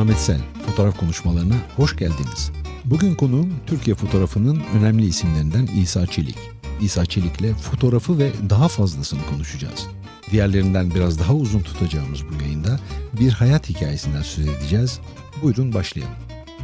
Ahmet Sel, fotoğraf konuşmalarına hoş geldiniz. Bugün konuğum Türkiye fotoğrafının önemli isimlerinden İsa Çelik. İsa Çelik'le fotoğrafı ve daha fazlasını konuşacağız. Diğerlerinden biraz daha uzun tutacağımız bu yayında bir hayat hikayesinden söz edeceğiz. Buyurun başlayalım.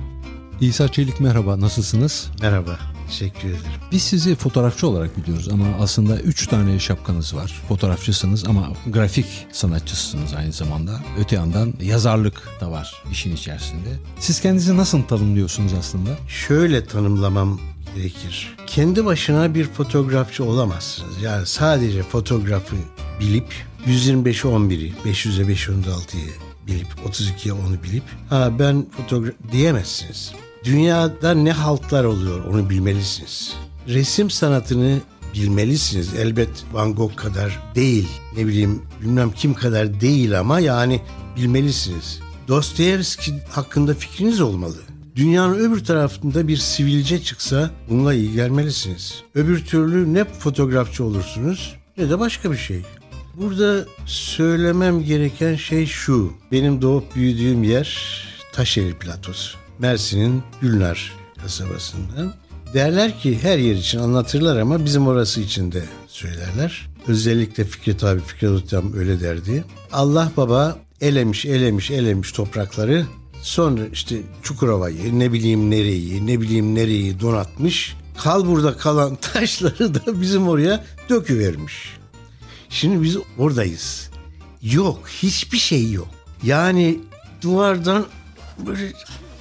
İsa Çelik merhaba, nasılsınız? Merhaba, teşekkür ederim. Biz sizi fotoğrafçı olarak biliyoruz ama aslında 3 tane şapkanız var. Fotoğrafçısınız ama grafik sanatçısınız aynı zamanda. Öte yandan yazarlık da var işin içerisinde. Siz kendinizi nasıl tanımlıyorsunuz aslında? Şöyle tanımlamam gerekir. Kendi başına bir fotoğrafçı olamazsınız. Yani sadece fotoğrafı bilip 125'i 11'i, 500'e 516'yı bilip 32'ye 10'u bilip ben fotoğraf diyemezsiniz. Dünyada ne haltlar oluyor onu bilmelisiniz. Resim sanatını bilmelisiniz. Elbet Van Gogh kadar değil, bilmem kim kadar değil ama yani bilmelisiniz. Dostoyevski hakkında fikriniz olmalı. Dünyanın öbür tarafında bir sivilce çıksa bununla ilgilenmelisiniz. Öbür türlü ne fotoğrafçı olursunuz ne de başka bir şey. Burada söylemem gereken şey şu. Benim doğup büyüdüğüm yer Taşeli Platosu. Mersin'in Gülnar kasabasında. Derler ki her yer için anlatırlar ama bizim orası için de söylerler. Özellikle Fikret Hocam öyle derdi. Allah baba elemiş toprakları. Sonra işte Çukurova'yı ne bileyim nereyi donatmış. Kalburda kalan taşları da bizim oraya döküvermiş. Şimdi biz oradayız. Yok, hiçbir şey yok. Yani duvardan böyle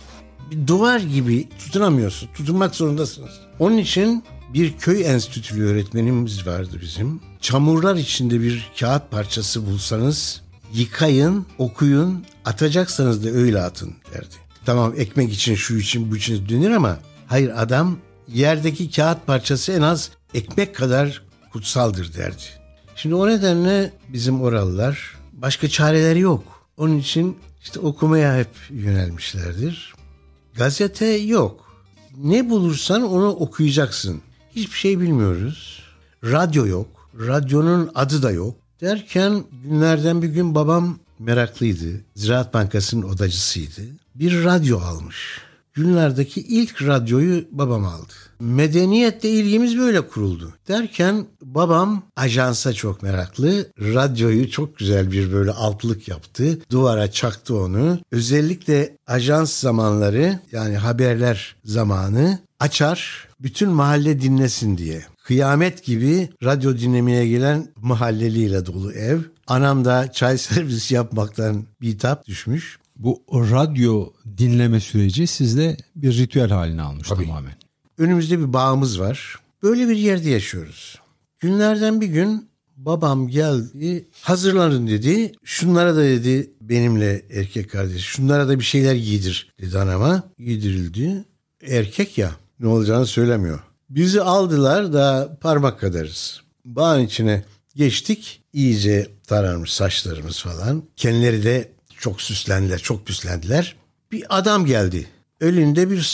bir duvar gibi tutunamıyorsun. Tutunmak zorundasınız. Onun için bir köy enstitülü öğretmenimiz vardı bizim. Çamurlar içinde bir kağıt parçası bulsanız yıkayın, okuyun, atacaksanız da öyle atın derdi. Tamam ekmek için, şu için, bu için denir ama hayır adam yerdeki kağıt parçası en az ekmek kadar kutsaldır derdi. Şimdi o nedenle bizim oralılar başka çareleri yok. Onun için işte okumaya hep yönelmişlerdir. Gazete yok. Ne bulursan onu okuyacaksın. Hiçbir şey bilmiyoruz. Radyo yok. Radyonun adı da yok. Derken günlerden bir gün babam meraklıydı. Ziraat Bankası'nın odacısıydı. Bir radyo almış. Günlerdeki ilk radyoyu babam aldı. Medeniyetle ilgimiz böyle kuruldu. Derken babam ajansa çok meraklı. Radyoyu çok güzel bir böyle altlık yaptı. Duvara çaktı onu. Özellikle ajans zamanları yani haberler zamanı açar. Bütün mahalle dinlesin diye. Kıyamet gibi radyo dinlemeye gelen mahalleliyle dolu ev. Anam da çay servisi yapmaktan bitap düşmüş. Bu radyo dinleme süreci sizde bir ritüel haline almış tamamen. Önümüzde bir bağımız var. Böyle bir yerde yaşıyoruz. Günlerden bir gün babam geldi. Hazırlanın dedi. Şunlara da dedi benimle erkek kardeş. Şunlara da bir şeyler giydir dedi anama. Giydirildi. Erkek ya ne olacağını söylemiyor. Bizi aldılar da parmak kadarız. Bağın içine geçtik. İyice tararmış saçlarımız falan. Kendileri de çok süslendiler, çok püslendiler. Bir adam geldi. Elinde bir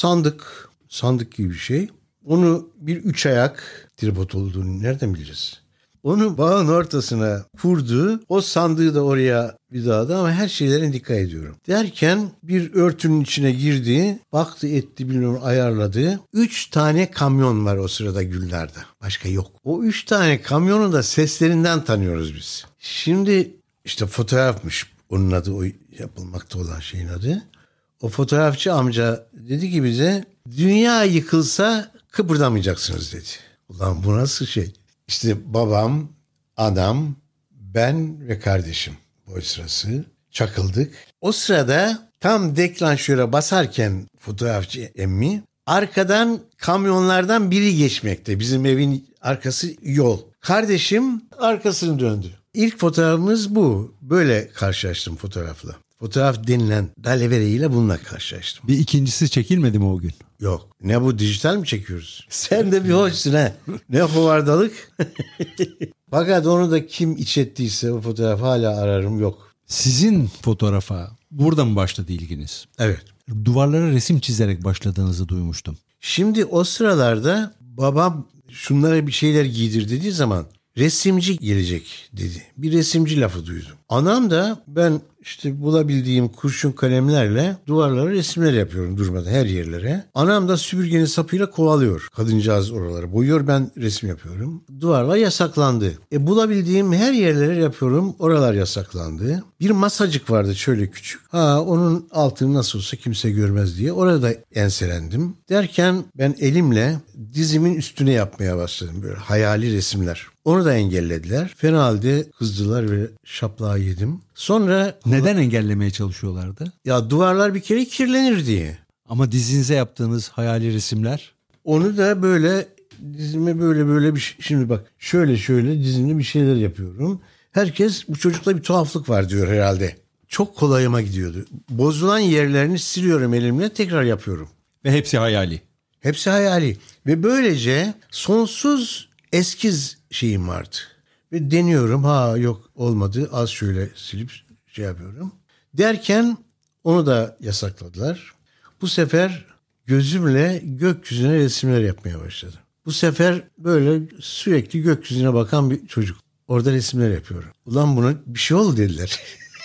sandık gibi bir şey. Onu bir 3 ayak tripod olduğunu nereden bileceğiz? Onu bağın ortasına kurdu. O sandığı da oraya vidadı ama her şeylerine dikkat ediyorum. Derken bir örtünün içine girdi. Baktı etti bilmiyorum ayarladı. 3 tane kamyon var o sırada Gülnar'da. Başka yok. O 3 tane kamyonu da seslerinden tanıyoruz biz. Şimdi işte fotoğrafmış. Onun adı o yapılmakta olan şeyin adı. O fotoğrafçı amca dedi ki bize dünya yıkılsa kıpırdamayacaksınız dedi. Ulan bu nasıl şey? İşte babam, anam, ben ve kardeşim boy sırası çakıldık. O sırada tam deklanşöre basarken fotoğrafçı emmi arkadan kamyonlardan biri geçmekte. Bizim evin arkası yol. Kardeşim arkasını döndü. İlk fotoğrafımız bu. Böyle karşılaştım fotoğrafla. Fotoğraf denilen daleveriyle bununla karşılaştım. Bir ikincisi çekilmedi mi o gün? Yok. Ne bu dijital mi çekiyoruz? Sen de bir hoşsun ha. Ne hovardalık. Fakat onu da kim içettiyse o fotoğraf hala ararım yok. Sizin fotoğrafa burada mı başladı ilginiz? Evet. Duvarlara resim çizerek başladığınızı duymuştum. Şimdi o sıralarda babam şunlara bir şeyler giydir dediği zaman resimci gelecek dedi. Bir resimci lafı duydum. Anam da ben işte bulabildiğim kurşun kalemlerle duvarlara resimler yapıyorum durmadan her yerlere. Anam da süpürgenin sapıyla kovalıyor. Kadıncağız oraları boyuyor, ben resim yapıyorum. Duvarlar yasaklandı. Bulabildiğim her yerlere yapıyorum. Oralar yasaklandı. Bir masacık vardı şöyle küçük. Onun altını nasıl olsa kimse görmez diye orada enselendim. Derken ben elimle dizimin üstüne yapmaya başladım böyle hayali resimler. Onu da engellediler. Fena halde kızdılar ve şaplağı yedim. Sonra... Neden engellemeye çalışıyorlardı? Ya duvarlar bir kere kirlenir diye. Ama dizinize yaptığınız hayali resimler? Onu da böyle dizime böyle bir şimdi bak şöyle dizimde bir şeyler yapıyorum. Herkes bu çocukta bir tuhaflık var diyor herhalde. Çok kolayıma gidiyordu. Bozulan yerlerini siliyorum elimle, tekrar yapıyorum. Ve hepsi hayali. Hepsi hayali. Ve böylece sonsuz eskiz şeyim vardı. Ve deniyorum, yok olmadı, az şöyle silip şey yapıyorum. Derken onu da yasakladılar. Bu sefer gözümle gökyüzüne resimler yapmaya başladım. Bu sefer böyle sürekli gökyüzüne bakan bir çocuk. Orada resimler yapıyorum. Ulan buna bir şey oldu dediler.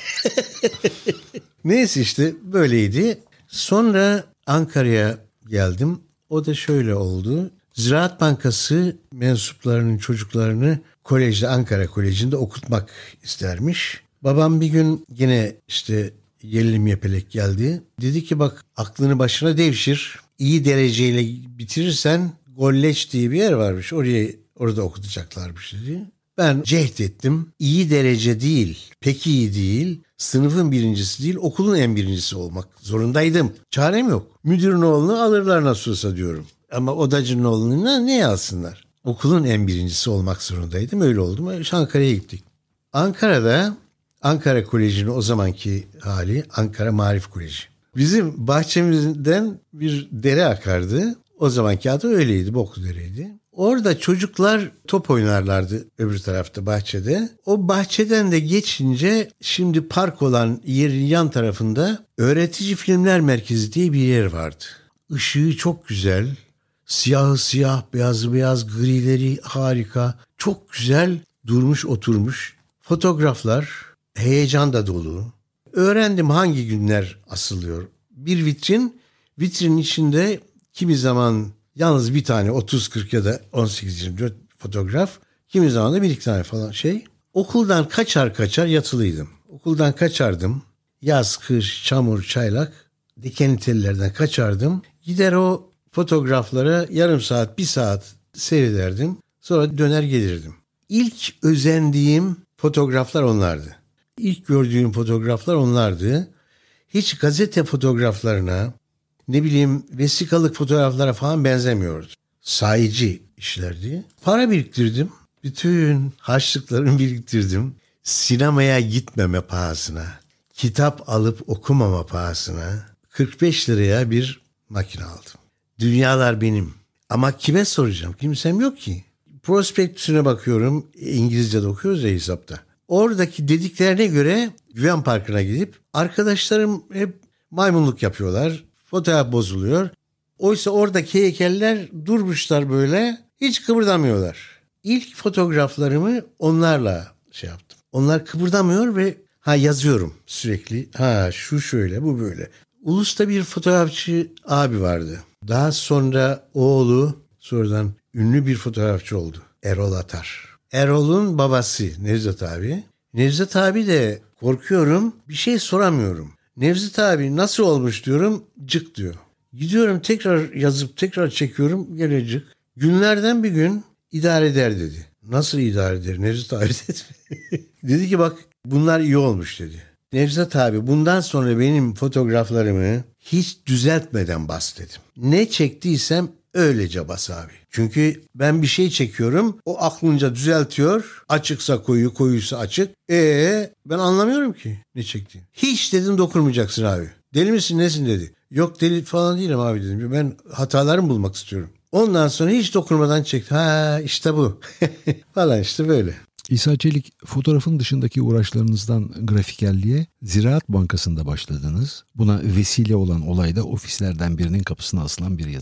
Neyse işte böyleydi. Sonra Ankara'ya geldim. O da şöyle oldu. Ziraat Bankası mensuplarının çocuklarını kolejde, Ankara Koleji'nde okutmak istermiş. Babam bir gün yine işte Yellim Yepelek geldi. Dedi ki bak aklını başına devşir. İyi dereceyle bitirirsen Golleç diye bir yer varmış. Orada okutacaklarmış dedi. Ben cehd ettim. İyi derece değil, pek iyi değil, sınıfın birincisi değil, okulun en birincisi olmak zorundaydım. Çarem yok. Müdürün oğlunu alırlar nasıl olsa diyorum. Ama odacının oğlunu ne alsınlar? Okulun en birincisi olmak zorundaydım. Öyle oldu. Ankara'ya gittik. Ankara'da Ankara Koleji'nin o zamanki hali Ankara Maarif Koleji. Bizim bahçemizden bir dere akardı. O zamanki adı öyleydi, Boklu Dere'ydi. Orada çocuklar top oynarlardı öbür tarafta bahçede. O bahçeden de geçince şimdi park olan yerin yan tarafında Öğretici Filmler Merkezi diye bir yer vardı. Işığı çok güzel. Siyahı siyah, beyazı beyaz, grileri harika. Çok güzel durmuş oturmuş. Fotoğraflar, heyecan da dolu. Öğrendim hangi günler asılıyor. Bir vitrinin içinde kimi zaman yalnız bir tane 30-40 ya da 18-24 fotoğraf, kimi zaman da bir iki tane falan şey. Okuldan kaçar yatılıydım. Okuldan kaçardım. Yaz, kış, çamur, çaylak, dikenli tellerden kaçardım. Gider o fotoğraflara yarım saat, bir saat seyrederdim. Sonra döner gelirdim. İlk özendiğim fotoğraflar onlardı. İlk gördüğüm fotoğraflar onlardı. Hiç gazete fotoğraflarına, ne bileyim vesikalık fotoğraflara falan benzemiyordu. Sahici işlerdi. Para biriktirdim. Bütün harçlıklarımı biriktirdim. Sinemaya gitmeme pahasına, kitap alıp okumama pahasına 45 liraya bir makine aldım. Dünyalar benim. Ama kime soracağım? Kimsem yok ki. Prospektüsüne bakıyorum. İngilizce'de okuyoruz ya hesapta. Oradaki dediklerine göre Güven Parkı'na gidip arkadaşlarım hep maymunluk yapıyorlar. Fotoğraf bozuluyor. Oysa oradaki heykeller durmuşlar böyle. Hiç kıpırdamıyorlar. İlk fotoğraflarımı onlarla yaptım. Onlar kıpırdamıyor ve yazıyorum sürekli. Şu şöyle, bu böyle. Ulus'ta bir fotoğrafçı abi vardı. Daha sonra oğlu sonradan ünlü bir fotoğrafçı oldu. Erol Atar. Erol'un babası Nevzat abi. Nevzat abi de korkuyorum, bir şey soramıyorum. Nevzat abi nasıl olmuş diyorum, cık diyor. Gidiyorum tekrar yazıp tekrar çekiyorum, gene cık. Günlerden bir gün idare eder dedi. Nasıl idare eder Nevzat abi dedi. Dedi ki bak bunlar iyi olmuş dedi. Nevzat abi bundan sonra benim fotoğraflarımı hiç düzeltmeden bas dedim. Ne çektiysem öylece bas abi. Çünkü ben bir şey çekiyorum, o aklınca düzeltiyor. Açıksa koyu, koyuysa açık. Ben anlamıyorum ki ne çektiğini. Hiç dedim dokunmayacaksın abi. Deli misin nesin dedi. Yok deli falan değilim abi dedim. Ben hatalarımı bulmak istiyorum. Ondan sonra hiç dokunmadan çekti. İşte bu. falan işte böyle. İsa Çelik, fotoğrafın dışındaki uğraşlarınızdan grafikerliğe Ziraat Bankası'nda başladınız. Buna vesile olan olay da ofislerden birinin kapısına asılan bir yazı.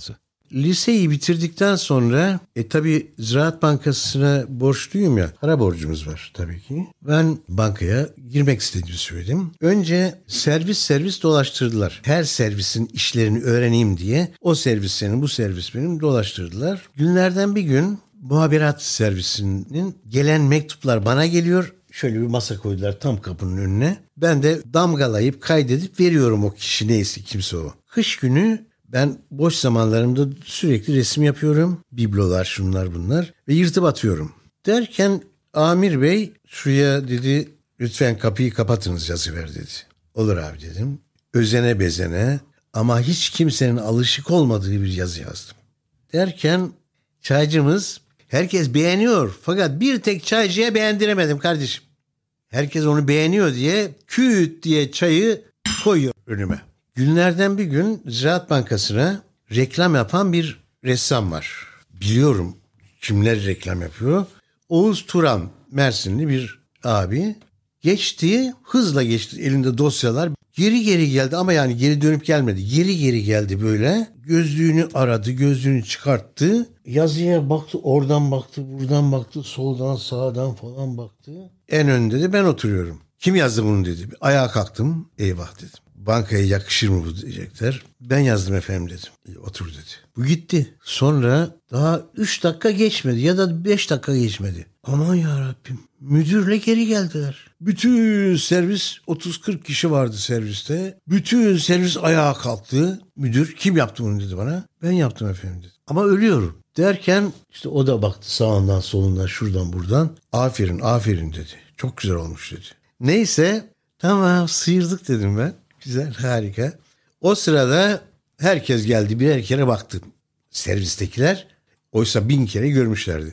liseyi bitirdikten sonra tabii Ziraat Bankası'na borçluyum ya. Para borcumuz var tabii ki. Ben bankaya girmek istediğimi söyledim. Önce servis dolaştırdılar. Her servisin işlerini öğreneyim diye o servis senin, bu servis benim dolaştırdılar. Günlerden bir gün muhabirat servisinin gelen mektuplar bana geliyor. Şöyle bir masa koydular tam kapının önüne. Ben de damgalayıp kaydedip veriyorum o kişi neyse kimse o. Kış günü ben boş zamanlarımda sürekli resim yapıyorum. Biblolar şunlar bunlar ve yırtıp atıyorum. Derken Amir Bey şuraya dedi lütfen kapıyı kapatınız yazıver dedi. Olur abi dedim. Özene bezene ama hiç kimsenin alışık olmadığı bir yazı yazdım. Derken çaycımız herkes beğeniyor fakat bir tek çaycıya beğendiremedim kardeşim. Herkes onu beğeniyor diye küt diye çayı koyuyor önüme. Günlerden bir gün Ziraat Bankası'na reklam yapan bir ressam var. Biliyorum kimler reklam yapıyor. Oğuz Turan, Mersinli bir abi. Geçti, hızla geçti elinde dosyalar. Geri geldi ama yani geri dönüp gelmedi. Geri geldi böyle. Gözlüğünü aradı, gözlüğünü çıkarttı. Yazıya baktı, oradan baktı, buradan baktı, soldan sağdan falan baktı. En önde de ben oturuyorum. Kim yazdı bunu dedi. Ayağa kalktım. Eyvah dedim. Bankaya yakışır mı bu diyecekler. Ben yazdım efendim dedim. Otur dedi. Bu gitti. Sonra daha 3 dakika geçmedi ya da 5 dakika geçmedi. Aman yarabbim. Müdürle geri geldiler. Bütün servis 30-40 kişi vardı serviste. Bütün servis ayağa kalktı. Müdür kim yaptı bunu dedi bana. Ben yaptım efendim dedi. Ama ölüyorum. Derken işte o da baktı sağından solundan şuradan buradan. Aferin dedi. Çok güzel olmuş dedi. Neyse tamam sıyırdık dedim ben. Güzel harika. O sırada herkes geldi birer kere baktı. Servistekiler oysa 1000 kere görmüşlerdi.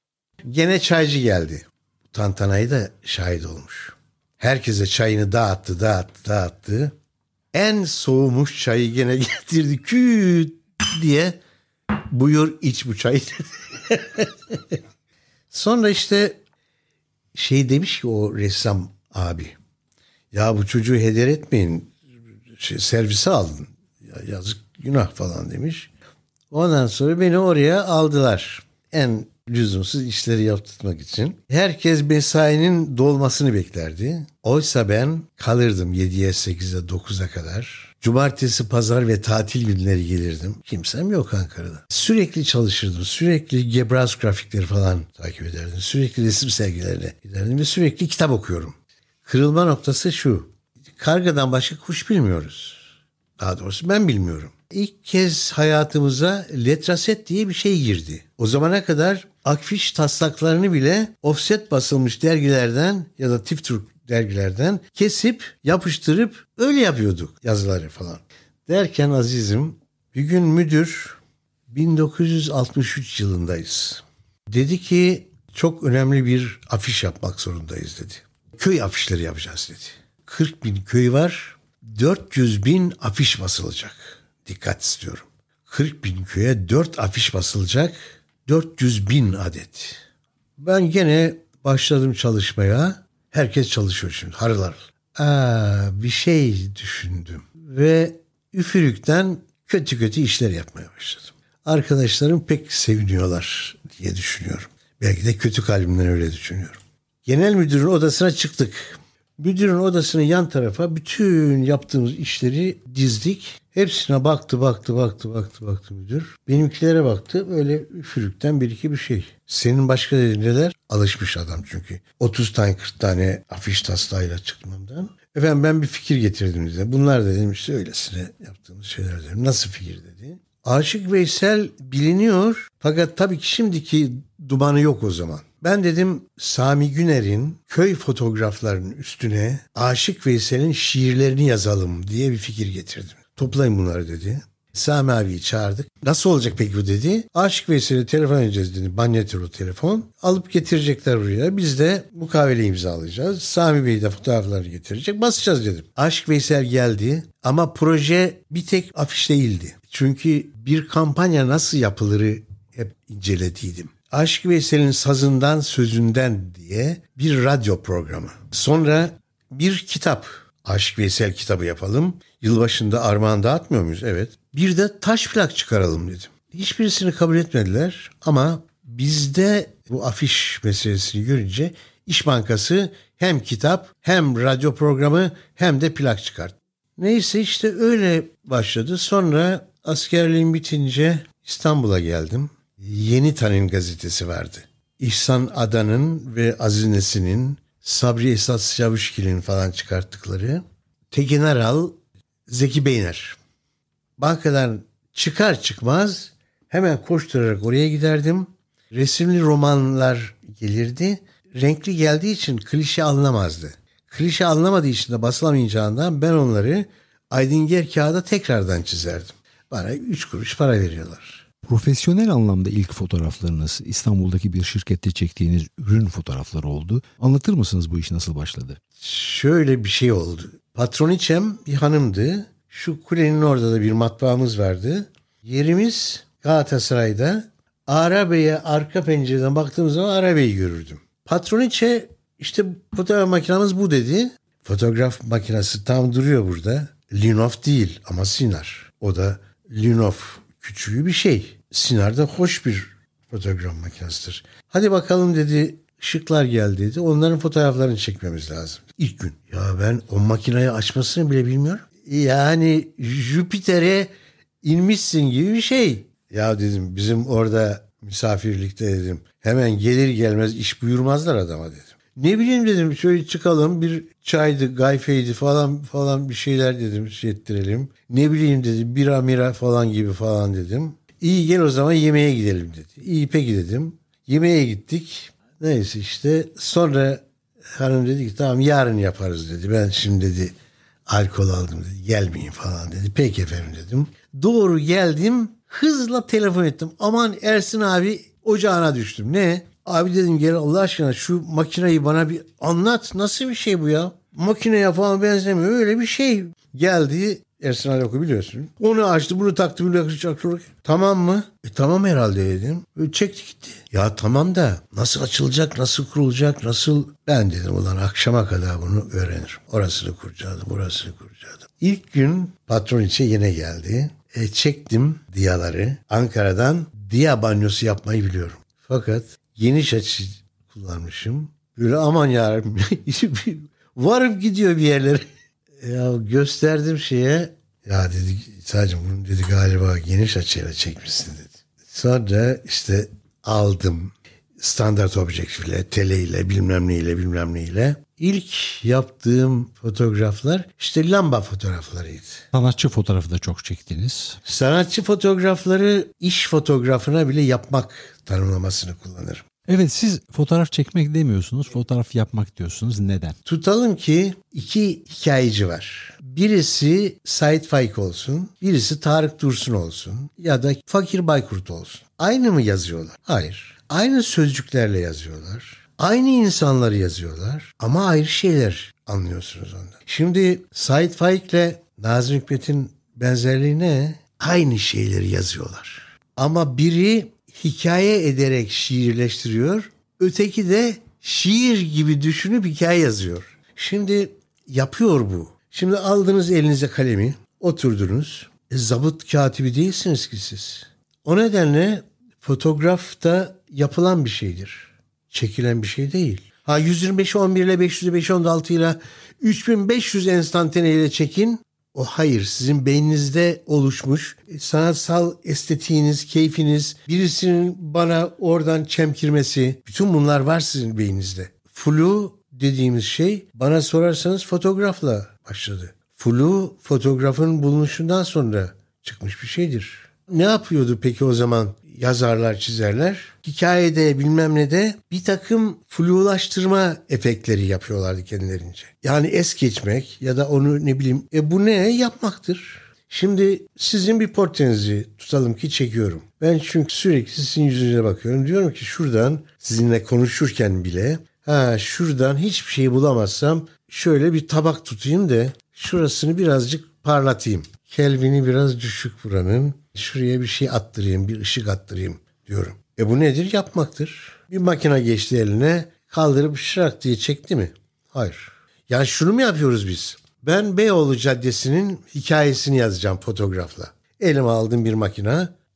Gene çaycı geldi. Tantanayı da şahit olmuş. Herkese çayını dağıttı. En soğumuş çayı gene getirdi. Küt diye buyur iç bu çayı dedi. Sonra işte demiş ki o ressam abi. Ya bu çocuğu heder etmeyin. Servise aldın. Ya yazık günah falan demiş. Ondan sonra beni oraya aldılar. En lüzumsuz işleri yaptırmak için. Herkes mesainin dolmasını beklerdi. Oysa ben kalırdım 7'ye 8'e 9'a kadar. Cumartesi, pazar ve tatil günleri gelirdim. Kimsem yok Ankara'da. Sürekli çalışırdım. Sürekli Gebraz grafikleri falan takip ederdim. Sürekli resim sergilerine giderdim ve sürekli kitap okuyorum. Kırılma noktası şu. Kargadan başka kuş bilmiyoruz. Daha doğrusu ben bilmiyorum. İlk kez hayatımıza letraset diye bir şey girdi. O zamana kadar akfiş taslaklarını bile offset basılmış dergilerden ya da Tifturk dergilerden kesip yapıştırıp öyle yapıyorduk yazıları falan. Derken azizim bir gün müdür 1963 yılındayız. Dedi ki çok önemli bir afiş yapmak zorundayız dedi. Köy afişleri yapacağız dedi. 40.000 köy var, 400.000 afiş basılacak. Dikkat istiyorum. 40.000 köye 4 afiş basılacak, 400.000 adet. Ben gene başladım çalışmaya. Herkes çalışıyor şimdi harıl harıl. Bir şey düşündüm ve üfürükten kötü işler yapmaya başladım. Arkadaşlarım pek seviniyorlar diye düşünüyorum. Belki de kötü kalbimden öyle düşünüyorum. Genel müdürün odasına çıktık. Müdürün odasının yan tarafa bütün yaptığımız işleri dizdik. Hepsine baktı müdür. Benimkilere baktı. Böyle üfürükten bir şey. Senin başka neler? Alışmış adam çünkü. 30 tane 40 tane afiş taslağıyla çıkmamdan. Efendim ben bir fikir getirdim dedi. Bunlar dedim işte öylesine yaptığımız şeyler dedim. Nasıl fikir dedi. Aşık Veysel biliniyor. Fakat tabii ki şimdiki dumanı yok o zaman. Ben dedim Sami Güner'in köy fotoğraflarının üstüne Aşık Veysel'in şiirlerini yazalım diye bir fikir getirdim. Toplayın bunları dedi. Sami abiyi çağırdık. Nasıl olacak peki bu dedi. Aşık Veysel'e telefon edeceğiz dedi. Manyetro telefon. Alıp getirecekler buraya. Biz de mukavele imzalayacağız. Sami Bey de fotoğrafları getirecek. Basacağız dedim. Aşık Veysel geldi ama proje bir tek afiş değildi. Çünkü bir kampanya nasıl yapılırı hep incelediydim. Aşık Veysel'in sazından sözünden diye bir radyo programı. Sonra bir kitap. Aşık Veysel kitabı yapalım. Yılbaşında armağan dağıtmıyor muyuz? Evet. Bir de taş plak çıkaralım dedim. Hiçbirisini kabul etmediler ama bizde bu afiş meselesini görünce İş Bankası hem kitap hem radyo programı hem de plak çıkarttı. Neyse işte öyle başladı. Sonra askerliğim bitince İstanbul'a geldim. Yeni Tanin gazetesi vardı. İhsan Adan'ın ve Aziz Nesin'in, Sabri Esat Çavuşgil'in falan çıkarttıkları. Tekin Aral, Zeki Beyner. Bankadan çıkar çıkmaz hemen koşturarak oraya giderdim. Resimli romanlar gelirdi. Renkli geldiği için klişe alınamazdı. Klişe alınamadığı için de basılamayacağından ben onları Aydinger kağıda tekrardan çizerdim. Bana 3 kuruş para veriyorlar. Profesyonel anlamda ilk fotoğraflarınız İstanbul'daki bir şirkette çektiğiniz ürün fotoğrafları oldu. Anlatır mısınız bu iş nasıl başladı? Şöyle bir şey oldu. Patroniçem bir hanımdı. Şu kulenin orada da bir matbaamız vardı. Yerimiz Galatasaray'da. Arabe'ye arka pencereden baktığımız zaman Arabe'yi görürdüm. Patroniçe işte fotoğraf makinamız bu dedi. Fotoğraf makinesi tam duruyor burada. Linov değil ama Sinar. O da Linov küçüğü bir şey. Sinar da hoş bir fotoğraf makinesidir. Hadi bakalım dedi, ışıklar geldi dedi. Onların fotoğraflarını çekmemiz lazım. İlk gün. Ya ben o makineyi açmasını bile bilmiyorum. Yani Jüpiter'e inmişsin gibi bir şey. Ya dedim bizim orada misafirlikte dedim. Hemen gelir gelmez iş buyurmazlar adama dedim. Ne bileyim dedim şöyle çıkalım bir çaydı, gayfeydi falan bir şeyler dedim ettirelim. Ne bileyim dedi bira mira falan gibi falan dedim. İyi gel o zaman yemeğe gidelim dedi. İyi peki dedim. Yemeğe gittik. Neyse işte sonra hanım dedi ki tamam yarın yaparız dedi. Ben şimdi dedi alkol aldım dedi. Gelmeyin falan dedi. Peki efendim dedim. Doğru geldim. Hızla telefon ettim. Aman Ersin abi ocağına düştüm. Ne? Abi dedim gel Allah aşkına şu makineyi bana bir anlat. Nasıl bir şey bu ya? Makineye falan benzemiyor. Öyle bir şey. Geldi Ersin Alok'u biliyorsun. Onu açtı bunu taktı. Tamam mı? Tamam herhalde dedim. Böyle çekti gitti. Ya tamam da nasıl açılacak, nasıl kurulacak, nasıl? Ben dedim ulan akşama kadar bunu öğrenirim. Orasını kuracaktım, burasını kuracaktım. İlk gün Patroniçe yine geldi. Çektim diyaları. Ankara'dan diya banyosu yapmayı biliyorum. Fakat geniş açı kullanmışım. Böyle aman yarabbim. Varıp gidiyor bir yerlere. Ya gösterdim şeye. Ya dedi sadece bunu dedi galiba geniş açıyla çekmişsin dedi. Sonra işte aldım. Standart objektifle, teleyle, bilmem neyle. İlk yaptığım fotoğraflar işte lamba fotoğraflarıydı. Sanatçı fotoğrafı da çok çektiniz. Sanatçı fotoğrafları iş fotoğrafına bile yapmak tanımlamasını kullanırım. Evet siz fotoğraf çekmek demiyorsunuz, fotoğraf yapmak diyorsunuz. Neden? Tutalım ki 2 hikayeci var. Birisi Sait Faik olsun, birisi Tarık Dursun olsun ya da Fakir Baykurt olsun. Aynı mı yazıyorlar? Hayır. Aynı sözcüklerle yazıyorlar. Aynı insanları yazıyorlar ama ayrı şeyler anlıyorsunuz ondan. Şimdi Sait Faik'le Nazım Hikmet'in benzerliği ne? Aynı şeyleri yazıyorlar. Ama biri hikaye ederek şiirleştiriyor, öteki de şiir gibi düşünüp hikaye yazıyor. Şimdi yapıyor bu. Şimdi aldınız elinize kalemi, oturdunuz. Zabıt katibi değilsiniz ki siz. O nedenle fotoğrafta yapılan bir şeydir. Çekilen bir şey değil. 125'i 11 ile 500'ü 516 ile 3500 enstantane ile çekin. O hayır, sizin beyninizde oluşmuş sanatsal estetiğiniz, keyfiniz, birisinin bana oradan çemkirmesi, bütün bunlar var sizin beyninizde. Flu dediğimiz şey bana sorarsanız fotoğrafla başladı. Flu fotoğrafın bulunuşundan sonra çıkmış bir şeydir. Ne yapıyordu peki o zaman yazarlar, çizerler? Hikayede bilmem ne de bir takım flulaştırma efektleri yapıyorlardı kendilerince. Yani es geçmek ya da onu ne bileyim bu ne yapmaktır. Şimdi sizin bir portrenizi tutalım ki çekiyorum. Ben çünkü sürekli sizin yüzünüze bakıyorum. Diyorum ki şuradan sizinle konuşurken bile şuradan hiçbir şey bulamazsam şöyle bir tabak tutayım da şurasını birazcık parlatayım. Kelvini biraz düşük buranın. Şuraya bir şey attırayım, bir ışık attırayım diyorum. Bu nedir? Yapmaktır. Bir makine geçti eline, kaldırıp şırak diye çekti mi? Hayır. Yani şunu mu yapıyoruz biz? Ben Beyoğlu Caddesi'nin hikayesini yazacağım fotoğrafla. Elime aldım bir makine,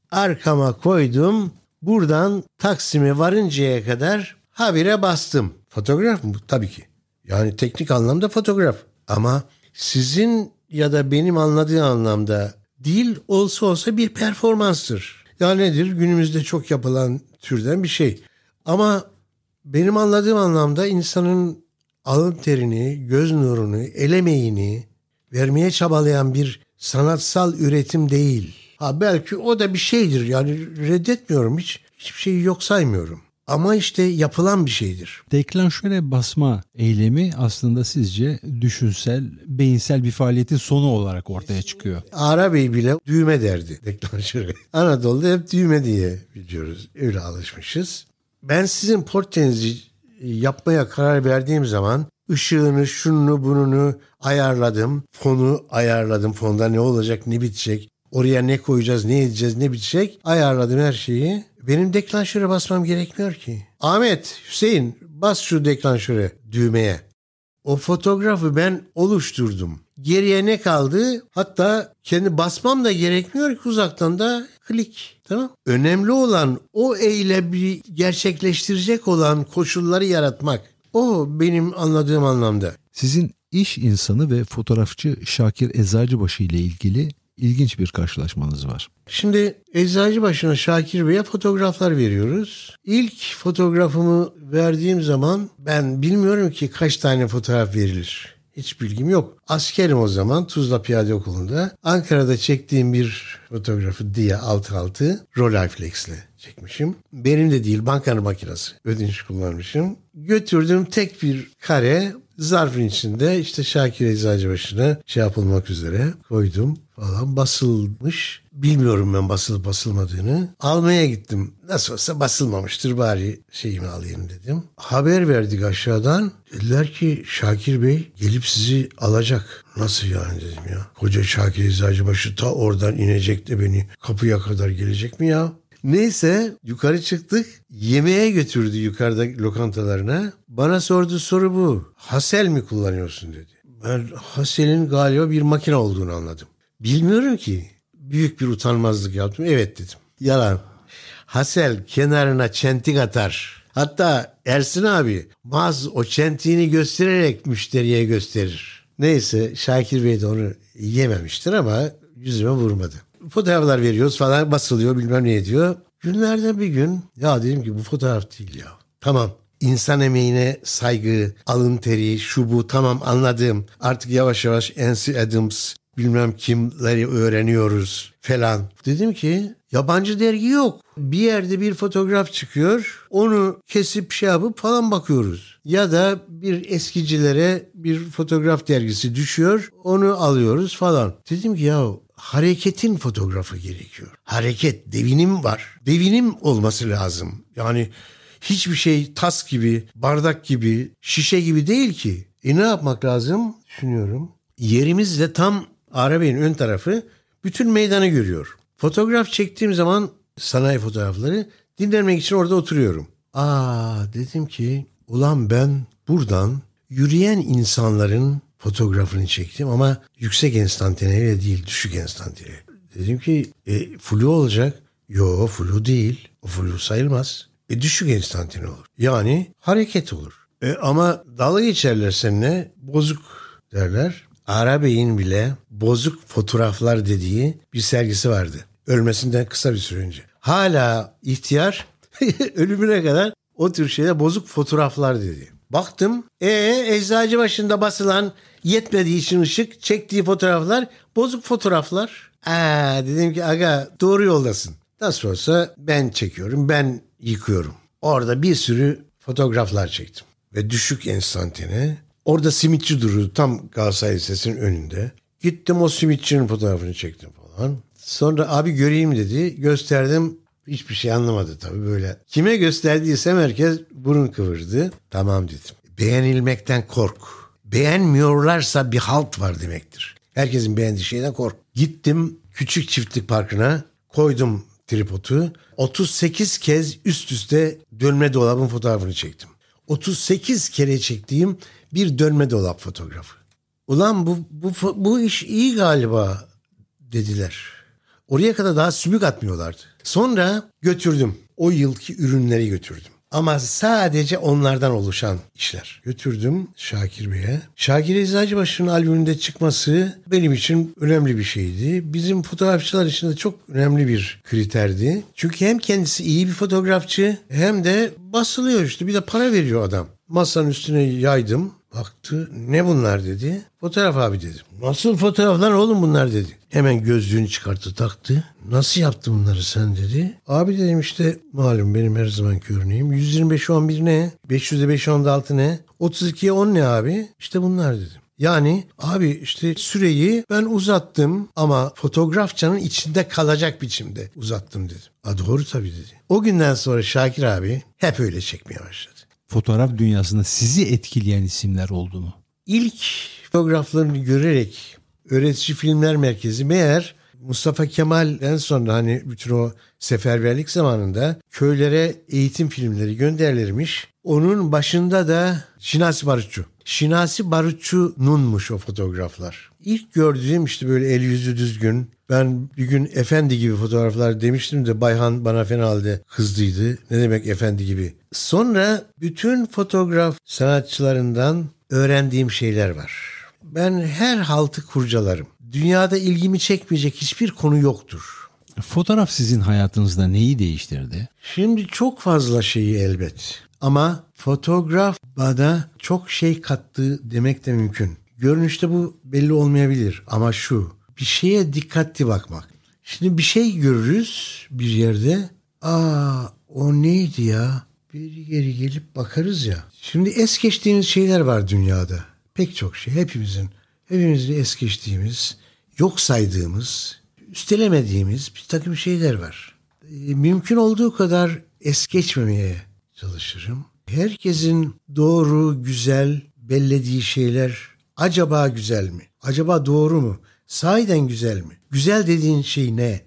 arkama koydum. Buradan Taksim'e varıncaya kadar habire bastım. Fotoğraf mı? Tabii ki. Yani teknik anlamda fotoğraf. Ama sizin ya da benim anladığım anlamda dil olsa bir performanstır. Ya nedir? Günümüzde çok yapılan türden bir şey. Ama benim anladığım anlamda insanın alın terini, göz nurunu, el emeğini vermeye çabalayan bir sanatsal üretim değil. Belki o da bir şeydir. Yani reddetmiyorum, hiçbir şeyi yok saymıyorum. Ama işte yapılan bir şeydir. Deklanşöre basma eylemi aslında sizce düşünsel, beyinsel bir faaliyetin sonu olarak ortaya çıkıyor. Ağabey bile düğme derdi deklanşöre. Anadolu'da hep düğme diye biliyoruz. Öyle alışmışız. Ben sizin portrenizi yapmaya karar verdiğim zaman ışığını, şununu, bununu ayarladım. Fonu ayarladım. Fonda ne olacak, ne bitecek. Oraya ne koyacağız, ne edeceğiz, ne bitecek. Ayarladım her şeyi. Benim deklanşöre basmam gerekmiyor ki. Ahmet, Hüseyin bas şu deklanşöre düğmeye. O fotoğrafı ben oluşturdum. Geriye ne kaldı? Hatta kendi basmam da gerekmiyor ki, uzaktan da klik. Tamam. Önemli olan o eylemi gerçekleştirecek olan koşulları yaratmak. O benim anladığım anlamda. Sizin iş insanı ve fotoğrafçı Şakir Eczacıbaşı ile ilgili ilginç bir karşılaşmanız var. Şimdi Eczacıbaşı'na Şakir Bey'e fotoğraflar veriyoruz. İlk fotoğrafımı verdiğim zaman ben bilmiyorum ki kaç tane fotoğraf verilir. Hiç bilgim yok. Askerim o zaman, Tuzla Piyade Okulu'nda. Ankara'da çektiğim bir fotoğrafı diye 6x6 Rolleiflex'le çekmişim. Benim de değil, bankanın makinesi. Ödünç kullanmışım. Götürdüm tek bir kare, zarfın içinde işte Şakir Eczacıbaşı'na yapılmak üzere koydum falan, basılmış. Bilmiyorum ben basılıp basılmadığını. Almaya gittim. Nasıl olsa basılmamıştır, bari şeyimi alayım dedim. Haber verdik aşağıdan. Dediler ki Şakir Bey gelip sizi alacak. Nasıl yani dedim ya. Koca Şakir Eczacıbaşı ta oradan inecek de beni kapıya kadar gelecek mi ya? Neyse yukarı çıktık. Yemeğe götürdü yukarıda lokantalarına. Bana sorduğu soru bu. Hasel mi kullanıyorsun dedi. Ben Hasel'in galiba bir makine olduğunu anladım. Bilmiyorum ki. Büyük bir utanmazlık yaptım. Evet dedim. Yalan. Hasel kenarına çentik atar. Hatta Ersin abi o çentiğini göstererek müşteriye gösterir. Neyse Şakir Bey de onu yememiştir ama yüzüme vurmadı. Fotoğraflar veriyoruz falan, basılıyor, bilmem ne ediyor. Günlerden bir gün ya dedim ki bu fotoğraf değil ya. Tamam, insan emeğine saygı, alın teri, şu bu, tamam anladım. Artık yavaş yavaş Nancy Adams bilmem kimleri öğreniyoruz falan. Dedim ki yabancı dergi yok. Bir yerde bir fotoğraf çıkıyor. Onu kesip yapıp falan bakıyoruz. Ya da bir eskicilere bir fotoğraf dergisi düşüyor. Onu alıyoruz falan. Dedim ki ya hareketin fotoğrafı gerekiyor. Hareket, devinim var. Devinim olması lazım. Yani hiçbir şey tas gibi, bardak gibi, şişe gibi değil ki. Ne yapmak lazım? Düşünüyorum. Yerimiz de tam Ağabey'in ön tarafı, bütün meydanı görüyor. Fotoğraf çektiğim zaman sanayi fotoğrafları dinlenmek için orada oturuyorum. Dedim ki ulan ben buradan yürüyen insanların fotoğrafını çektim ama yüksek enstantaneyle değil, düşük enstantane. Dedim ki flu olacak. Yo, flu değil. O flu sayılmaz. Düşük enstantane olur. Yani hareket olur. Ama dalga geçerler seninle, bozuk derler. Ağabey'in bile bozuk fotoğraflar dediği bir sergisi vardı. Ölmesinden kısa bir süre önce. Hala ihtiyar ölümüne kadar o tür şeyler bozuk fotoğraflar dedi. Baktım Eczacıbaşı'nda basılan, yetmediği için ışık, çektiği fotoğraflar bozuk fotoğraflar. Dedim ki aga doğru yoldasın. Nasıl olsa ben çekiyorum, ben yıkıyorum. Orada bir sürü fotoğraflar çektim. Ve düşük enstantane. Orada simitçi dururdu tam Galatasaray Lisesi'nin önünde. Gittim o simitçinin fotoğrafını çektim falan. Sonra abi göreyim dedi. Gösterdim. Hiçbir şey anlamadı tabii böyle. Kime gösterdiysem herkes burun kıvırdı. Tamam dedim. Beğenilmekten kork. Beğenmiyorlarsa bir halt var demektir. Herkesin beğendiği şeyden kork. Gittim Küçük Çiftlik Parkı'na, koydum tripodu. 38 kez üst üste dönme dolabın fotoğrafını çektim. 38 kere çektiğim bir dönme dolap fotoğrafı. Ulan bu iş iyi galiba dediler. Oraya kadar daha sümük atmıyorlardı. Sonra götürdüm. O yılki ürünleri götürdüm. Ama sadece onlardan oluşan işler. Götürdüm Şakir Bey'e. Şakir Eczacıbaşı'nın albümünde çıkması benim için önemli bir şeydi. Bizim fotoğrafçılar için de çok önemli bir kriterdi. Çünkü hem kendisi iyi bir fotoğrafçı hem de basılıyor işte. Bir de para veriyor adam. Masanın üstüne yaydım. Baktı, ne bunlar dedi. Fotoğraf abi dedim. Nasıl fotoğraflar oğlum bunlar dedi. Hemen gözlüğünü çıkarttı taktı. Nasıl yaptın bunları sen dedi. Abi dedim işte malum benim her zamanki örneğim. 125'e 11 ne? 500'e 5 6 ne? 32'ye 10 ne abi? İşte bunlar dedim. Yani abi işte süreyi ben uzattım ama fotoğrafçının içinde kalacak biçimde uzattım dedim. Doğru tabii dedi. O günden sonra Şakir abi hep öyle çekmeye başladı. Fotoğraf dünyasında sizi etkileyen isimler oldu mu? İlk fotoğraflarını görerek Öğretici Filmler Merkezi meğer Mustafa Kemal'den sonra hani bütün o seferberlik zamanında köylere eğitim filmleri gönderilirmiş. Onun başında da Şinasi Barutçu. Şinasi Barutçu'nunmuş o fotoğraflar. İlk gördüğüm işte böyle el yüzü düzgün. Ben bir gün efendi gibi fotoğraflar demiştim de Bayhan bana fena halde kızdıydı. Ne demek efendi gibi? Sonra bütün fotoğraf sanatçılarından öğrendiğim şeyler var. Ben her haltı kurcalarım. Dünyada ilgimi çekmeyecek hiçbir konu yoktur. Fotoğraf sizin hayatınızda neyi değiştirdi? Şimdi çok fazla şeyi elbet. Ama fotoğraf bana çok şey kattı demek de mümkün. Görünüşte bu belli olmayabilir ama şu, bir şeye dikkatli bakmak. Şimdi bir şey görürüz bir yerde. O neydi ya? Bir geri gelip bakarız ya. Şimdi es geçtiğimiz şeyler var dünyada. Pek çok şey. Hepimizin es geçtiğimiz, yok saydığımız, üstelemediğimiz bir takım şeyler var. Mümkün olduğu kadar es geçmemeye çalışırım. Herkesin doğru, güzel bellediği şeyler acaba güzel mi? Acaba doğru mu? Sahiden güzel mi? Güzel dediğin şey ne?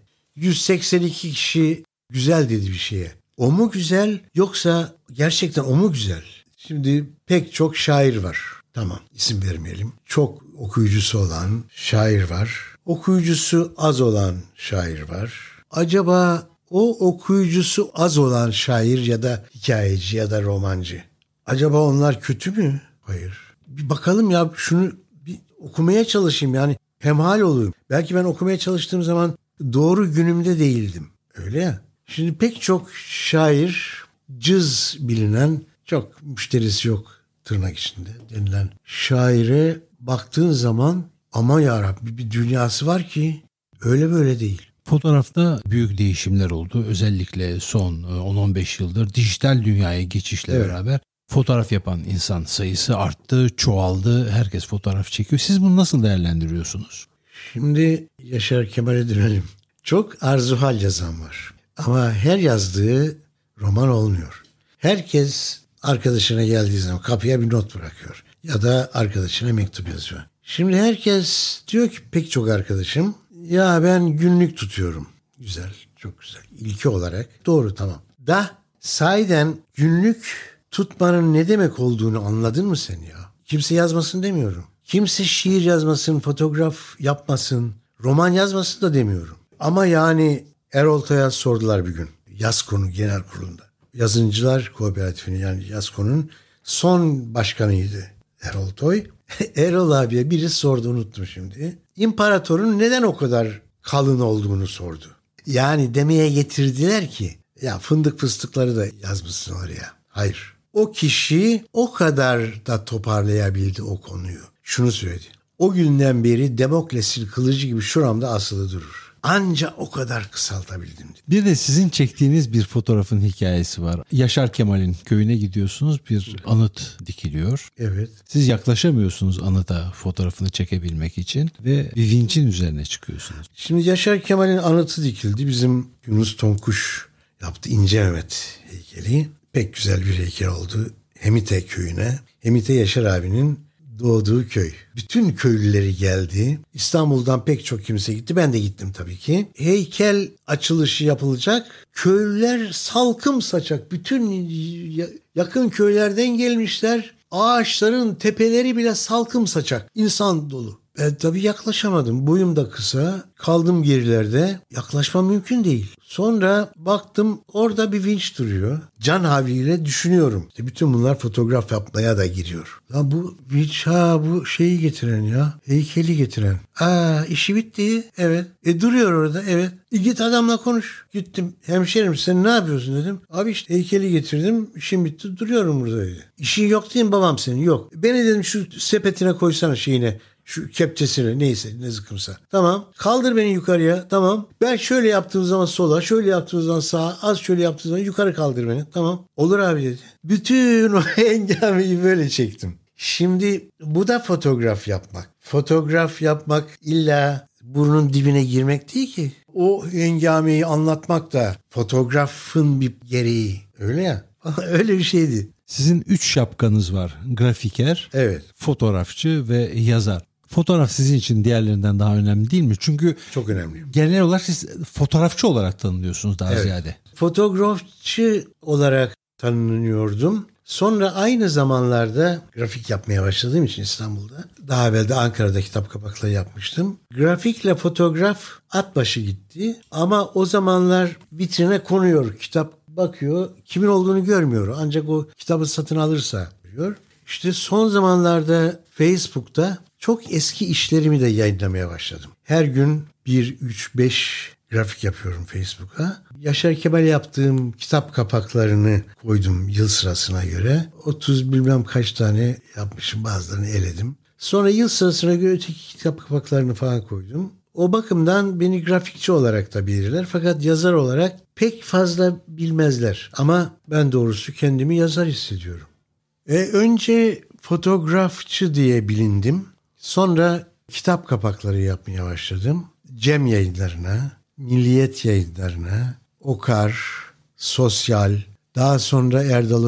182 kişi güzel dedi bir şeye. O mu güzel yoksa gerçekten o mu güzel? Şimdi pek çok şair var. Tamam, isim vermeyelim. Çok okuyucusu olan şair var. Okuyucusu az olan şair var. Acaba o okuyucusu az olan şair ya da hikayeci ya da romancı, acaba onlar kötü mü? Hayır. Bir bakalım ya, şunu bir okumaya çalışayım yani, hemhal olayım. Belki ben okumaya çalıştığım zaman doğru günümde değildim. Öyle ya. Şimdi pek çok şair, cız bilinen, çok müşterisi yok tırnak içinde denilen şaire baktığın zaman ama yarabbi bir dünyası var ki öyle böyle değil. Fotoğrafta büyük değişimler oldu. Özellikle son 10-15 yıldır dijital dünyaya geçişle beraber fotoğraf yapan insan sayısı arttı, çoğaldı. Herkes fotoğraf çekiyor. Siz bunu nasıl değerlendiriyorsunuz? Şimdi Yaşar Kemal'e dönelim. Çok arzuhal yazan var. Ama her yazdığı roman olmuyor. Herkes arkadaşına geldiği zaman kapıya bir not bırakıyor. Ya da arkadaşına mektup yazıyor. Şimdi herkes diyor ki, pek çok arkadaşım, ya ben günlük tutuyorum. Güzel, çok güzel. İlki olarak doğru, tamam. Da sahiden günlük tutmanın ne demek olduğunu anladın mı sen ya? Kimse yazmasın demiyorum. Kimse şiir yazmasın, fotoğraf yapmasın, roman yazmasın da demiyorum. Ama yani Erol Toy'a sordular bir gün. Yazko'nun genel kurulunda. Yazıncılar Kooperatifinin, yani Yazko'nun son başkanıydı Erol Toy. Erol abiye biri sordu, unuttum şimdi. İmparatorun neden o kadar kalın olduğunu sordu. Yani demeye getirdiler ki ya fındık fıstıkları da yazmışsın oraya. Hayır. O kişi o kadar da toparlayabildi o konuyu. Şunu söyledi. O günden beri Demokles'in kılıcı gibi şuramda asılı durur. Anca o kadar kısaltabildim. Bir de sizin çektiğiniz bir fotoğrafın hikayesi var. Yaşar Kemal'in köyüne gidiyorsunuz, bir anıt dikiliyor. Evet. Siz yaklaşamıyorsunuz anıta fotoğrafını çekebilmek için ve bir vinçin üzerine çıkıyorsunuz. Şimdi Yaşar Kemal'in anıtı dikildi. Bizim Yunus Tonkuş yaptı, İnce Mehmet heykeli. Pek güzel bir heykel oldu. Hemite köyüne. Hemite Yaşar abinin doğduğu köy. Bütün köylüleri geldi. İstanbul'dan pek çok kimse gitti. Ben de gittim tabii ki. Heykel açılışı yapılacak. Köylüler salkım saçak. Bütün yakın köylerden gelmişler. Ağaçların tepeleri bile salkım saçak. İnsan dolu. Tabii yaklaşamadım. Boyum da kısa. Kaldım gerilerde. Yaklaşmam mümkün değil. Sonra baktım orada bir vinç duruyor. Can havliyle düşünüyorum. Bütün bunlar fotoğraf yapmaya da giriyor. Lan bu vinç bu şeyi getiren ya. Heykeli getiren. İşi bitti. Evet. Duruyor orada. Evet. Git adamla konuş. Gittim. Hemşerim sen ne yapıyorsun dedim. Abi işte heykeli getirdim. İşim bitti. Duruyorum burada dedi. İşin yok değil mi babam senin? Yok. Beni dedim şu sepetine koysana şeyine. Şu kepçesini neyse ne zıkkımsa. Tamam. Kaldır beni yukarıya. Tamam. Ben şöyle yaptığım zaman sola, şöyle yaptığım zaman sağa, az şöyle yaptığım zaman yukarı kaldır beni. Tamam. Olur abi dedi. Bütün o hengameyi böyle çektim. Şimdi bu da fotoğraf yapmak. Fotoğraf yapmak illa burnun dibine girmek değil ki. O hengameyi anlatmak da fotoğrafın bir gereği. Öyle ya. Öyle bir şeydi. Sizin 3 şapkanız var. Grafiker, evet, fotoğrafçı ve yazar. Fotoğraf sizin için diğerlerinden daha önemli değil mi? Çünkü çok önemli. Genel olarak siz fotoğrafçı olarak tanınıyorsunuz daha ziyade. Fotoğrafçı olarak tanınıyordum. Sonra aynı zamanlarda grafik yapmaya başladığım için İstanbul'da. Daha evvel de Ankara'da kitap kapakları yapmıştım. Grafikle fotoğraf at başı gitti. Ama o zamanlar vitrine konuyor. Kitap bakıyor. Kimin olduğunu görmüyor. Ancak o kitabı satın alırsa görüyor. İşte son zamanlarda Facebook'ta çok eski işlerimi de yayınlamaya başladım. Her gün 1, 3, 5 grafik yapıyorum Facebook'a. Yaşar Kemal yaptığım kitap kapaklarını koydum yıl sırasına göre. 30 bilmem kaç tane yapmışım, bazılarını eledim. Sonra yıl sırasına göre öteki kitap kapaklarını falan koydum. O bakımdan beni grafikçi olarak da bilirler. Fakat yazar olarak pek fazla bilmezler. Ama ben doğrusu kendimi yazar hissediyorum. Önce fotoğrafçı diye bilindim. Sonra kitap kapakları yapmaya başladım. Cem Yayınlarına, Milliyet Yayınlarına, Okar, Sosyal, daha sonra Erdal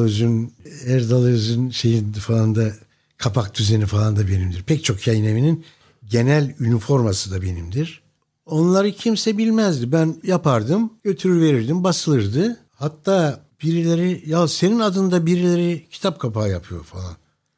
Öz'ün şeyin falan da kapak düzeni falan da benimdir. Pek çok yayın evinin genel üniforması da benimdir. Onları kimse bilmezdi. Ben yapardım, götürür verirdim, basılırdı. Hatta birileri ya senin adında birileri kitap kapağı yapıyor falan.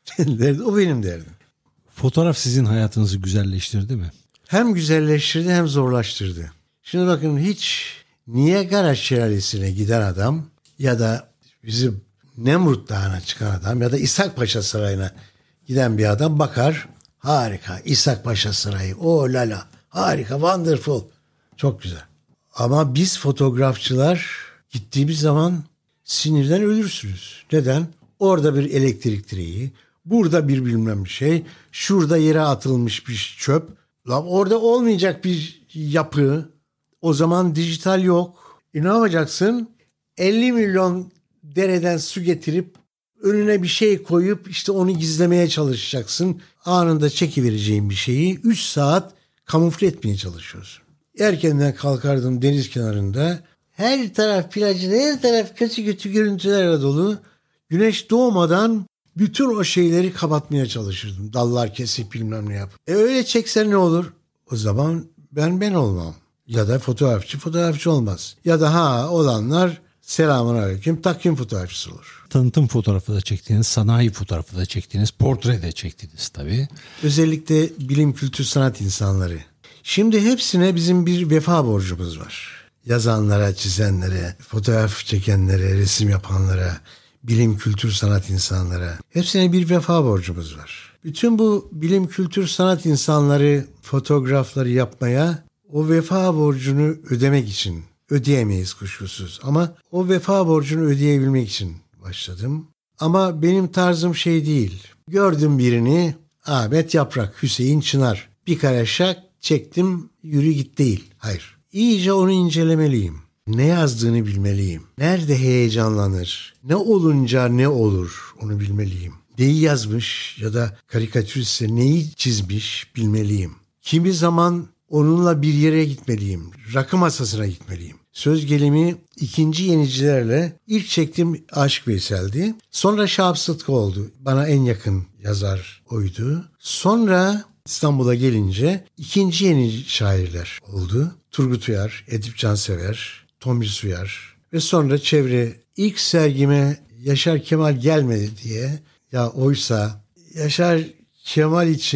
O benim derdim. Fotoğraf sizin hayatınızı güzelleştirdi mi? Hem güzelleştirdi hem zorlaştırdı. Şimdi bakın, hiç Niagara Şelalesi'ne giden adam ya da bizim Nemrut Dağı'na çıkan adam ya da İshak Paşa Sarayı'na giden bir adam bakar. Harika, İshak Paşa Sarayı, lala, harika, wonderful, çok güzel. Ama biz fotoğrafçılar gittiğimiz zaman sinirden ölürsünüz. Neden? Orada bir elektrik direği, burada bir bilmem bir şey, şurada yere atılmış bir çöp. Lan orada olmayacak bir yapı. O zaman dijital yok. Ne yapacaksın? 50 milyon dereden su getirip önüne bir şey koyup işte onu gizlemeye çalışacaksın. Anında çekivereceğin bir şeyi 3 saat kamufle etmeye çalışıyorsun. Erkenden kalkardım deniz kenarında. Her taraf plajın, her taraf kötü kötü görüntülerle dolu. Güneş doğmadan bütün o şeyleri kapatmaya çalışırdım. Dallar kesip bilmem ne yap. Öyle çeksen ne olur? O zaman ben olmam. Ya da fotoğrafçı olmaz. Ya da olanlar selamünaleyküm takvim fotoğrafçısı olur. Tanıtım fotoğrafı da çektiniz, sanayi fotoğrafı da çektiniz, portre de çektiniz tabii. Özellikle bilim, kültür, sanat insanları. Şimdi hepsine bizim bir vefa borcumuz var. Yazanlara, çizenlere, fotoğraf çekenlere, resim yapanlara, bilim, kültür, sanat insanlara. Hepsine bir vefa borcumuz var. Bütün bu bilim, kültür, sanat insanları fotoğrafları yapmaya o vefa borcunu ödemek için, ödeyemeyiz kuşkusuz ama o vefa borcunu ödeyebilmek için başladım. Ama benim tarzım şey değil. Gördüm birini, Ahmet Yaprak, Hüseyin Çınar. Bir kare şak çektim, yürü git değil. Hayır. İyice onu incelemeliyim. Ne yazdığını bilmeliyim. Nerede heyecanlanır? Ne olunca ne olur onu bilmeliyim. Neyi yazmış ya da karikatüristse neyi çizmiş bilmeliyim. Kimi zaman onunla bir yere gitmeliyim. Rakı masasına gitmeliyim. Söz gelimi ikinci yenicilerle ilk çektiğim Aşık Veysel'di. Sonra Şahap Sıtkı oldu. Bana en yakın yazar oydu. Sonra İstanbul'a gelince ikinci yeni şairler oldu. Turgut Uyar, Edip Cansever, Tomris Uyar ve sonra çevre. İlk sergime Yaşar Kemal gelmedi diye, ya oysa Yaşar Kemal için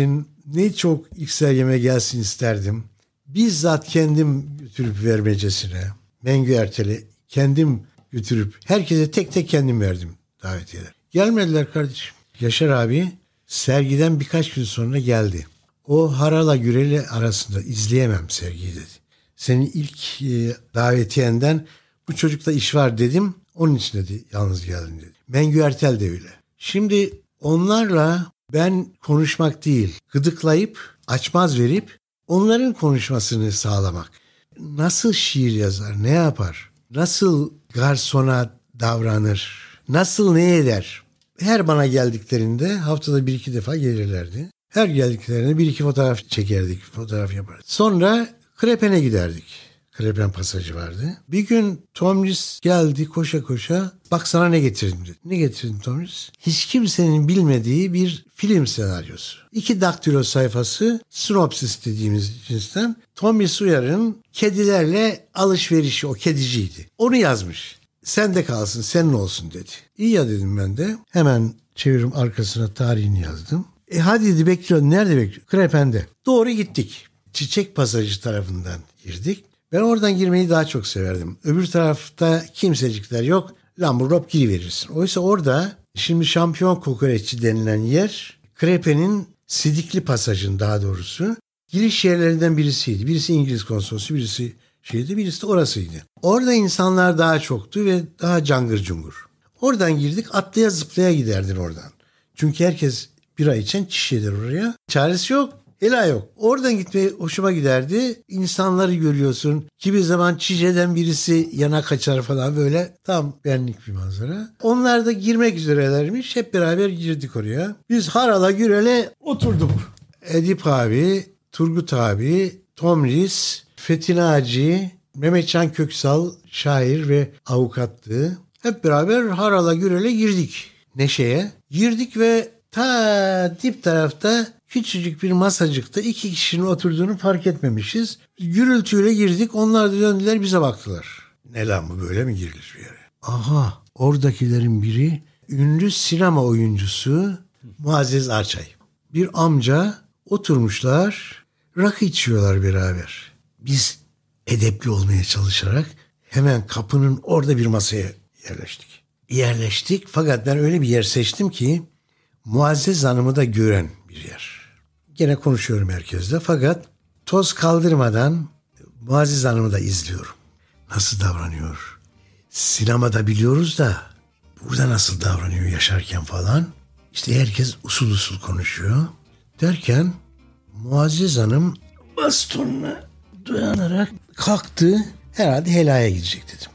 ne çok ilk sergime gelsin isterdim. Bizzat kendim götürüp vermecesine, Mengü Ertel'e kendim götürüp herkese tek tek kendim verdim davetiyeler. Gelmediler kardeşim. Yaşar abi sergiden birkaç gün sonra geldi. O Harala Gürel'i arasında izleyemem sergiyi dedi. Senin ilk davetiyenden bu çocukla iş var dedim. Onun için dedi yalnız geldim dedi. Mengü Ertel de öyle. Şimdi onlarla ben konuşmak değil, gıdıklayıp açmaz verip onların konuşmasını sağlamak. Nasıl şiir yazar, ne yapar? Nasıl garsona davranır? Nasıl ne eder? Her bana geldiklerinde haftada 1-2 defa gelirlerdi. Her geldiklerinde 1-2 fotoğraf çekerdik, fotoğraf yapardık. Sonra Krepen'e giderdik. Krepen pasajı vardı. Bir gün Tomris geldi koşa koşa. Bak sana ne getirdim dedi. Ne getirdin Tomris? Hiç kimsenin bilmediği bir film senaryosu. 2 daktilo sayfası, sinopsis dediğimiz cinsten. Tomris Uyar'ın kedilerle alışverişi, o kediciydi. Onu yazmış. Sen de kalsın, senin olsun dedi. İyi ya dedim ben de. Hemen çeviririm arkasına tarihini yazdım. Hadi dedi bekliyorum. Nerede bekliyorum? Krepen'de. Doğru gittik. Çiçek pasajı tarafından girdik. Ben oradan girmeyi daha çok severdim. Öbür tarafta kimsecikler yok. Lamburlop giriverirsin. Oysa orada şimdi Şampiyon Kokoreççi denilen yer Krepen'in Sidikli pasajın daha doğrusu giriş yerlerinden birisiydi. Birisi İngiliz konsolosu, birisi birisi de orasıydı. Orada insanlar daha çoktu ve daha cangır cungur. Oradan girdik, atlaya zıplaya giderdin oradan. Çünkü herkes bira içen çiş eder oraya. Çaresi yok. Ela yok. Oradan gitmeye hoşuma giderdi. İnsanları görüyorsun. Kimi zaman Çiçe'den birisi yana kaçar falan böyle. Tam benlik bir manzara. Onlar da girmek üzerelermiş. Hep beraber girdik oraya. Biz Harala Gürel'e oturduk. Edip abi, Turgut abi, Tomris, Fethi Naci, Mehmetcan Köksal şair ve avukattı. Hep beraber Harala Gürel'e girdik. Neşe'ye. Girdik ve ta dip tarafta küçücük bir masacıkta 2 kişinin oturduğunu fark etmemişiz. Gürültüyle girdik. Onlar da döndüler bize baktılar. Ne lan bu, böyle mi girilir bir yere? Aha, oradakilerin biri ünlü sinema oyuncusu Muazzez Arçay. Bir amca, oturmuşlar, rakı içiyorlar beraber. Biz edepli olmaya çalışarak hemen kapının orada bir masaya yerleştik. Fakat ben öyle bir yer seçtim ki Muazzez Hanım'ı da gören bir yer. Gene konuşuyorum herkesle fakat toz kaldırmadan Muazzez Hanım'ı da izliyorum. Nasıl davranıyor? Sinemada biliyoruz da burada nasıl davranıyor yaşarken falan. İşte herkes usul usul konuşuyor. Derken Muazzez Hanım bastonuna dayanarak kalktı. Herhalde helaya gidecek dedim.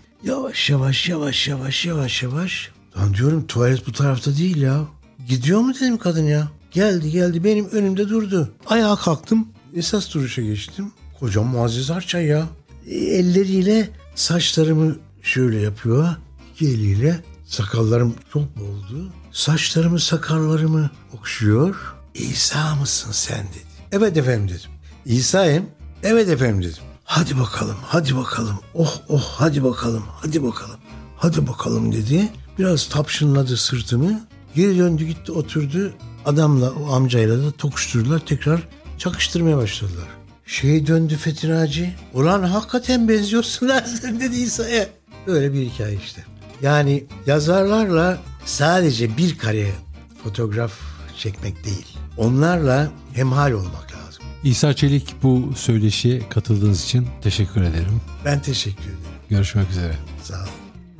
Yavaş. Lan diyorum tuvalet bu tarafta değil ya. Gidiyor mu dedim kadın ya. Geldi benim önümde durdu. Ayağa kalktım. Esas duruşa geçtim. Kocam Muazzez Arçay ya. Elleriyle saçlarımı şöyle yapıyor. 2 eliyle. Sakallarım çok boldu. Saçlarımı sakallarımı okşuyor. İsa mısın sen dedi. Evet efendim dedim. İsa'yım. Evet efendim dedim. Hadi bakalım. Oh hadi bakalım dedi. Biraz tapşınladı sırtımı. Geri döndü gitti oturdu. Adamla o amcayla da tokuşturdular. Tekrar çakıştırmaya başladılar. Döndü Fethi Naci. Ulan hakikaten benziyorsun lan sen dedi İsa'ya. Öyle bir hikaye işte. Yani yazarlarla sadece bir kare fotoğraf çekmek değil. Onlarla hemhal olmak lazım. İsa Çelik, bu söyleşiye katıldığınız için teşekkür ederim. Ben teşekkür ederim. Görüşmek üzere. Sağ olun.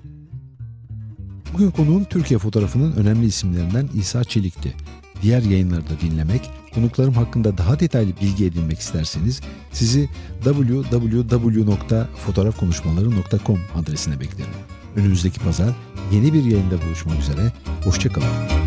Bugün konuğum Türkiye fotoğrafının önemli isimlerinden İsa Çelik'ti. Diğer yayınlarda dinlemek, konuklarım hakkında daha detaylı bilgi edinmek isterseniz sizi www.fotoğrafkonuşmaları.com adresine beklerim. Önümüzdeki pazar yeni bir yayında buluşmak üzere. Hoşça kalın.